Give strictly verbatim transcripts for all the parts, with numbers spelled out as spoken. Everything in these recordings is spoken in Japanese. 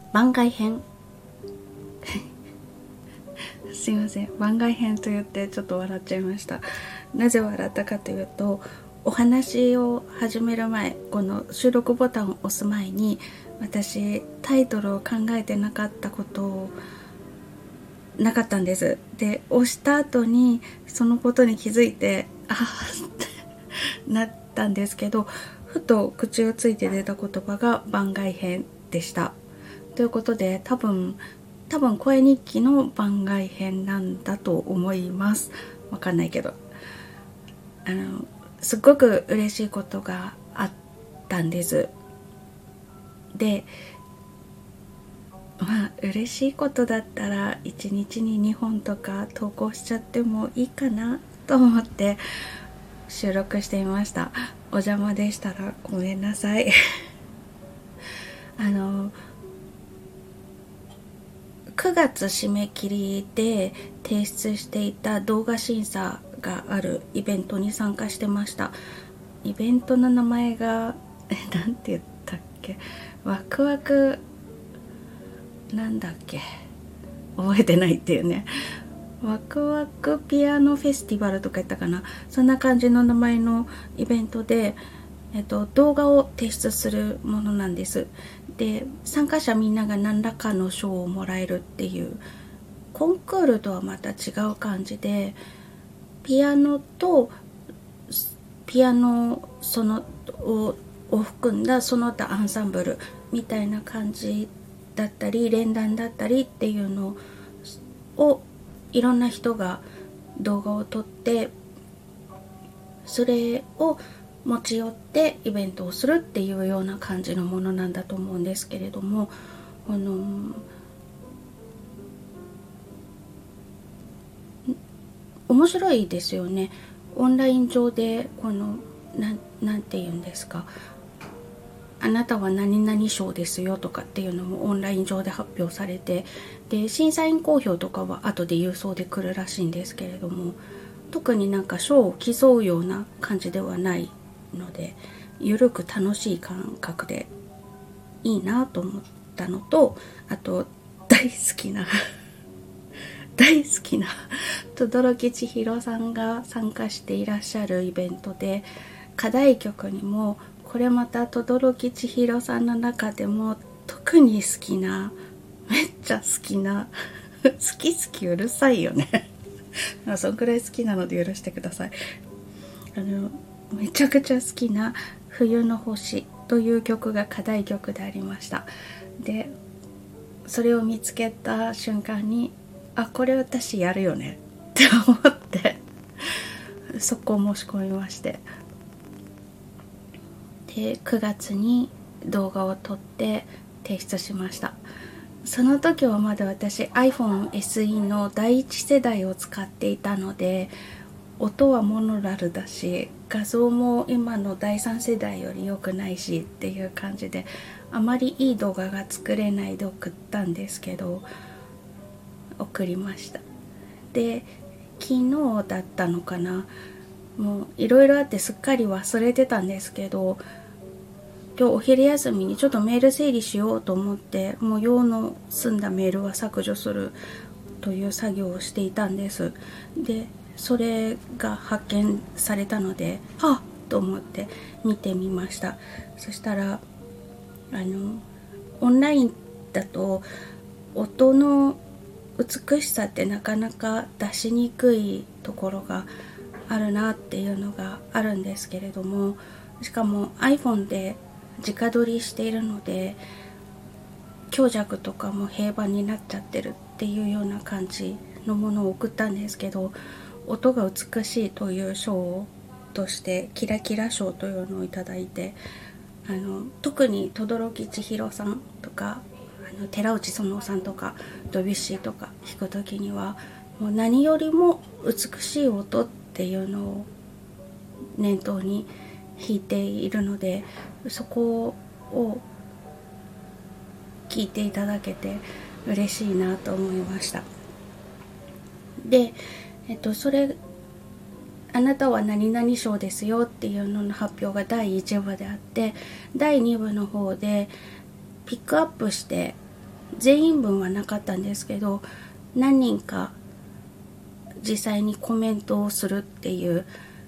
番外編すいません、番外編と言ってちょっと笑っちゃいました。なぜ笑ったかというと、お話を始める前、この収録ボタンを押す前に私タイトルを考えてなかったことをなかったんです。で、押した後にそのことに気づいて、あーってなったんですけど、ふと口をついて出た言葉が番外編でした。ということで、多分多分声日記の番外編なんだと思います。わかんないけど、あのすっごく嬉しいことがあったんです。で、まあ嬉しいことだったらいちにちににほんとか投稿しちゃってもいいかなと思って収録していました。お邪魔でしたらごめんなさいあのくがつ締め切りで提出していた動画審査があるイベントに参加してました。イベントの名前がなんて言ったっけ、ワクワクなんだっけ、覚えてないっていうね。ワクワクピアノフェスティバルとか言ったかな、そんな感じの名前のイベントで、えっと、動画を提出するものなんです。で、参加者みんなが何らかの賞をもらえるっていうコンクールとはまた違う感じで、ピアノとピアノそのをを含んだその他アンサンブルみたいな感じだったり、連弾だったりっていうのをいろんな人が動画を撮って、それを持ち寄ってイベントをするっていうような感じのものなんだと思うんですけれども、あの面白いですよね。オンライン上でこのな ん, なんて言うんですか、あなたは何々賞ですよとかっていうのもオンライン上で発表されて、で審査員公表とかは後で郵送で来るらしいんですけれども、特になんか賞を競うような感じではないので、ゆるく楽しい感覚でいいなと思ったのと、あと大好きな大好きな轟千尋さんが参加していらっしゃるイベントで、課題曲にもこれまた轟千尋さんの中でも特に好きな、めっちゃ好きな好き好きうるさいよねそんくらい好きなので許してください。あのめちゃくちゃ好きな冬の星という曲が課題曲でありました。で、それを見つけた瞬間に、あ、これ私やるよねって思ってそこを申し込みまして、でくがつに動画を撮って提出しました。その時はまだ私 iPhone エスイー のだいいち世代を使っていたので、音はモノラルだし画像も今のだいさん世代より良くないしっていう感じで、あまりいい動画が作れないで送ったんですけど、送りました。で、昨日だったのかな、もういろいろあってすっかり忘れてたんですけど、今日お昼休みにちょっとメール整理しようと思って、もう用の済んだメールは削除するという作業をしていたんです。で、それが発見されたので、あっと思って見てみました。そしたら、あのオンラインだと音の美しさってなかなか出しにくいところがあるなっていうのがあるんですけれども、しかも iPhone で直撮りしているので強弱とかも平板になっちゃってるっていうような感じのものを送ったんですけど、音が美しいという賞としてキラキラ賞というのをいただいて、あの特に轟千尋さんとかあの寺内園さんとかドビュッシーとか弾くときには、もう何よりも美しい音っていうのを念頭に弾いているので、そこを聞いていただけて嬉しいなと思いました。で、えっとそれあなたは何々賞ですよっていうのの発表がだいいち部であって、だいに部の方でピックアップして全員分はなかったんですけど、何人か実際にコメントをするっていう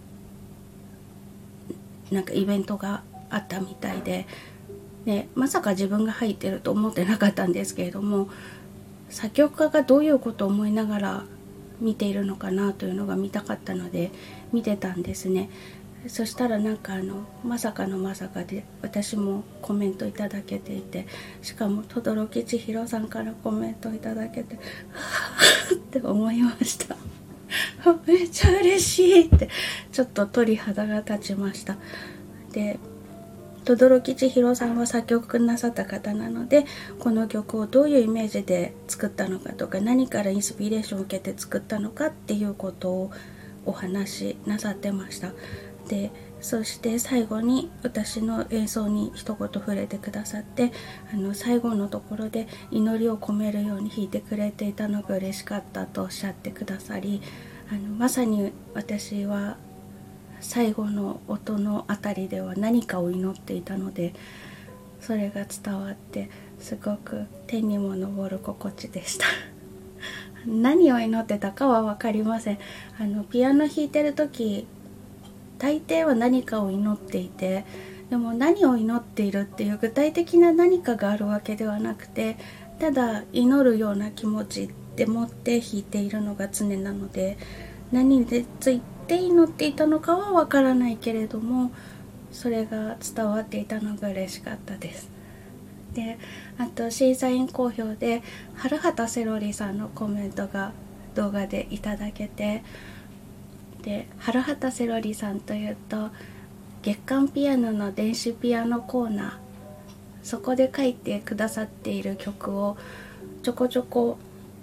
なんかイベントがあったみたいで、でまさか自分が入ってると思ってなかったんですけれども、作曲家がどういうことを思いながら見ているのかなというのが見たかったので見てたんですね。そしたらなんかあのまさかのまさかで私もコメントいただけていて、しかも轟千尋さんからコメントいただけてはぁって思いましためっちゃ嬉しいってちょっと鳥肌が立ちました。で轟千尋さんは作曲なさった方なので、この曲をどういうイメージで作ったのかとか、何からインスピレーションを受けて作ったのかっていうことをお話しなさってました。でそして最後に私の演奏に一言触れてくださって、あの最後のところで祈りを込めるように弾いてくれていたのが嬉しかったとおっしゃってくださり、あのまさに私は最後の音のあたりでは何かを祈っていたので、それが伝わってすごく天にも昇る心地でした何を祈ってたかは分かりません。あのピアノ弾いてる時大抵は何かを祈っていて、でも何を祈っているっていう具体的な何かがあるわけではなくて、ただ祈るような気持ちでもって弾いているのが常なので、何について祈っていたのかはわからないけれども、それが伝わっていたのが嬉しかったです。であと審査員好評で原畑セロリさんのコメントが動画でいただけて、で原畑セロリさんというと月刊ピアノの電子ピアノコーナー、そこで書いてくださっている曲をちょこちょこ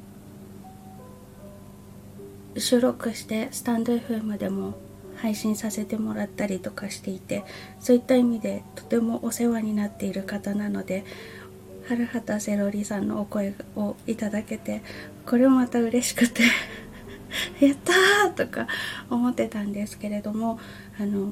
収録してスタンド エフエム でも配信させてもらったりとかしていて、そういった意味でとてもお世話になっている方なので、原畑セロリさんのお声をいただけて、これもまた嬉しくてやったーとか思ってたんですけれども、あの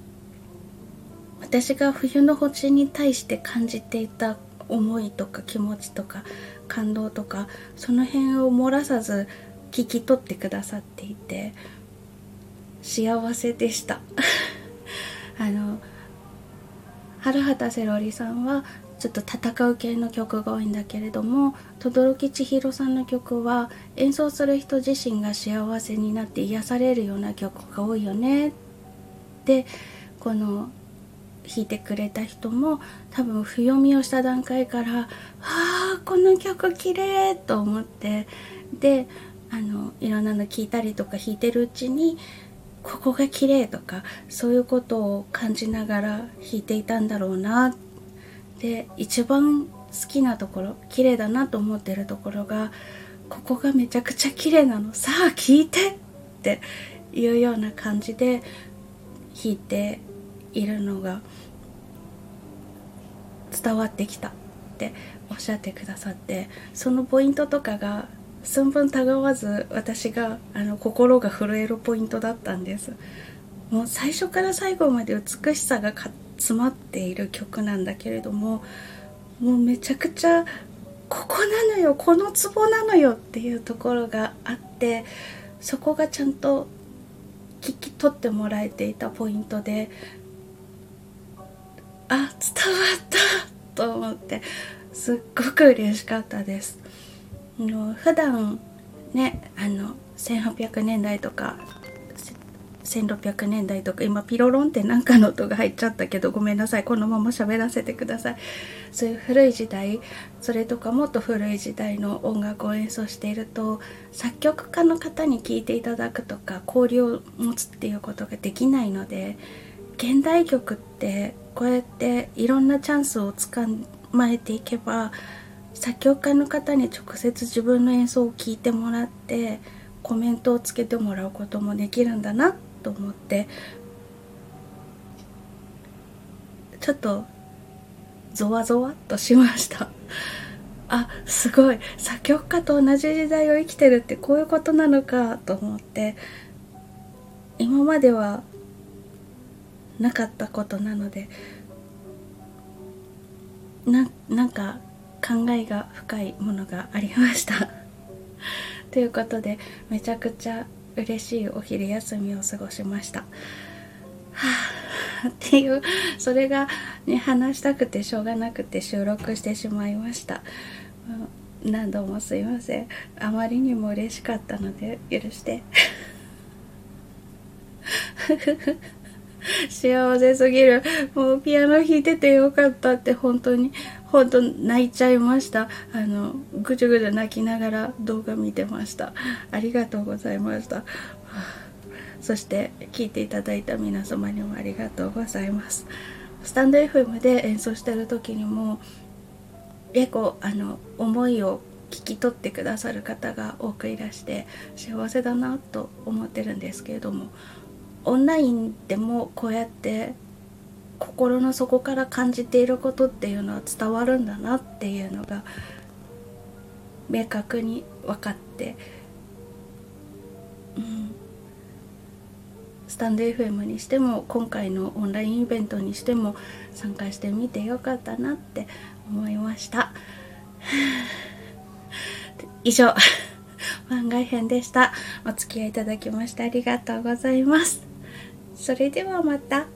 私が冬の星に対して感じていた思いとか気持ちとか感動とか、その辺を漏らさず聞き取ってくださっていて幸せでしたあの原畑セロリさんはちょっと戦う系の曲が多いんだけれども、轟千尋さんの曲は演奏する人自身が幸せになって癒されるような曲が多いよね。でこの弾いてくれた人も多分譜読みをした段階から「あーこの曲綺麗」と思って、であのいろんなの聞いたりとか弾いてるうちにここが綺麗とかそういうことを感じながら弾いていたんだろうな。で一番好きなところ、綺麗だなと思ってるところが、ここがめちゃくちゃ綺麗なの、さあ聴いてっていうような感じで弾いているのが伝わってきたっておっしゃってくださって、そのポイントとかが寸分たがわず私があの心が震えるポイントだったんです。もう最初から最後まで美しさが詰まっている曲なんだけれども、もうめちゃくちゃここなのよ、このツボなのよっていうところがあって、そこがちゃんと聞き取ってもらえていたポイントで、あ、伝わったと思ってすっごく嬉しかったです。普段ね、あのせんはっぴゃくねんだいとかせんろっぴゃくねんだいとか、今ピロロンってなんかの音が入っちゃったけどごめんなさい、このまま喋らせてください。そういう古い時代、それとかもっと古い時代の音楽を演奏していると、作曲家の方に聴いていただくとか交流を持つっていうことができないので、現代曲ってこうやっていろんなチャンスをつかまえていけば、作曲家の方に直接自分の演奏を聴いてもらってコメントをつけてもらうこともできるんだなと思って、ちょっとゾワゾワっとしましたあ、すごい、作曲家と同じ時代を生きてるってこういうことなのかと思って、今まではなかったことなので、な, なんか考えが深いものがありましたということで、めちゃくちゃ嬉しいお昼休みを過ごしました。はぁっていう、それがね、話したくてしょうがなくて収録してしまいました。何度もすいません。あまりにも嬉しかったので許して幸せすぎる。もうピアノ弾いててよかったって、本当に本当泣いちゃいました。あのぐちゅぐちゅ泣きながら動画見てました。ありがとうございました。そして聞いていただいた皆様にもありがとうございます。スタンド エフエム で演奏してる時にも結構あの思いを聞き取ってくださる方が多くいらして幸せだなと思ってるんですけれども、オンラインでもこうやって心の底から感じていることっていうのは伝わるんだなっていうのが明確に分かって、うん、スタンド エフエム にしても今回のオンラインイベントにしても参加してみてよかったなって思いました。以上番外編でした。お付き合いいただきましてありがとうございます。それではまた。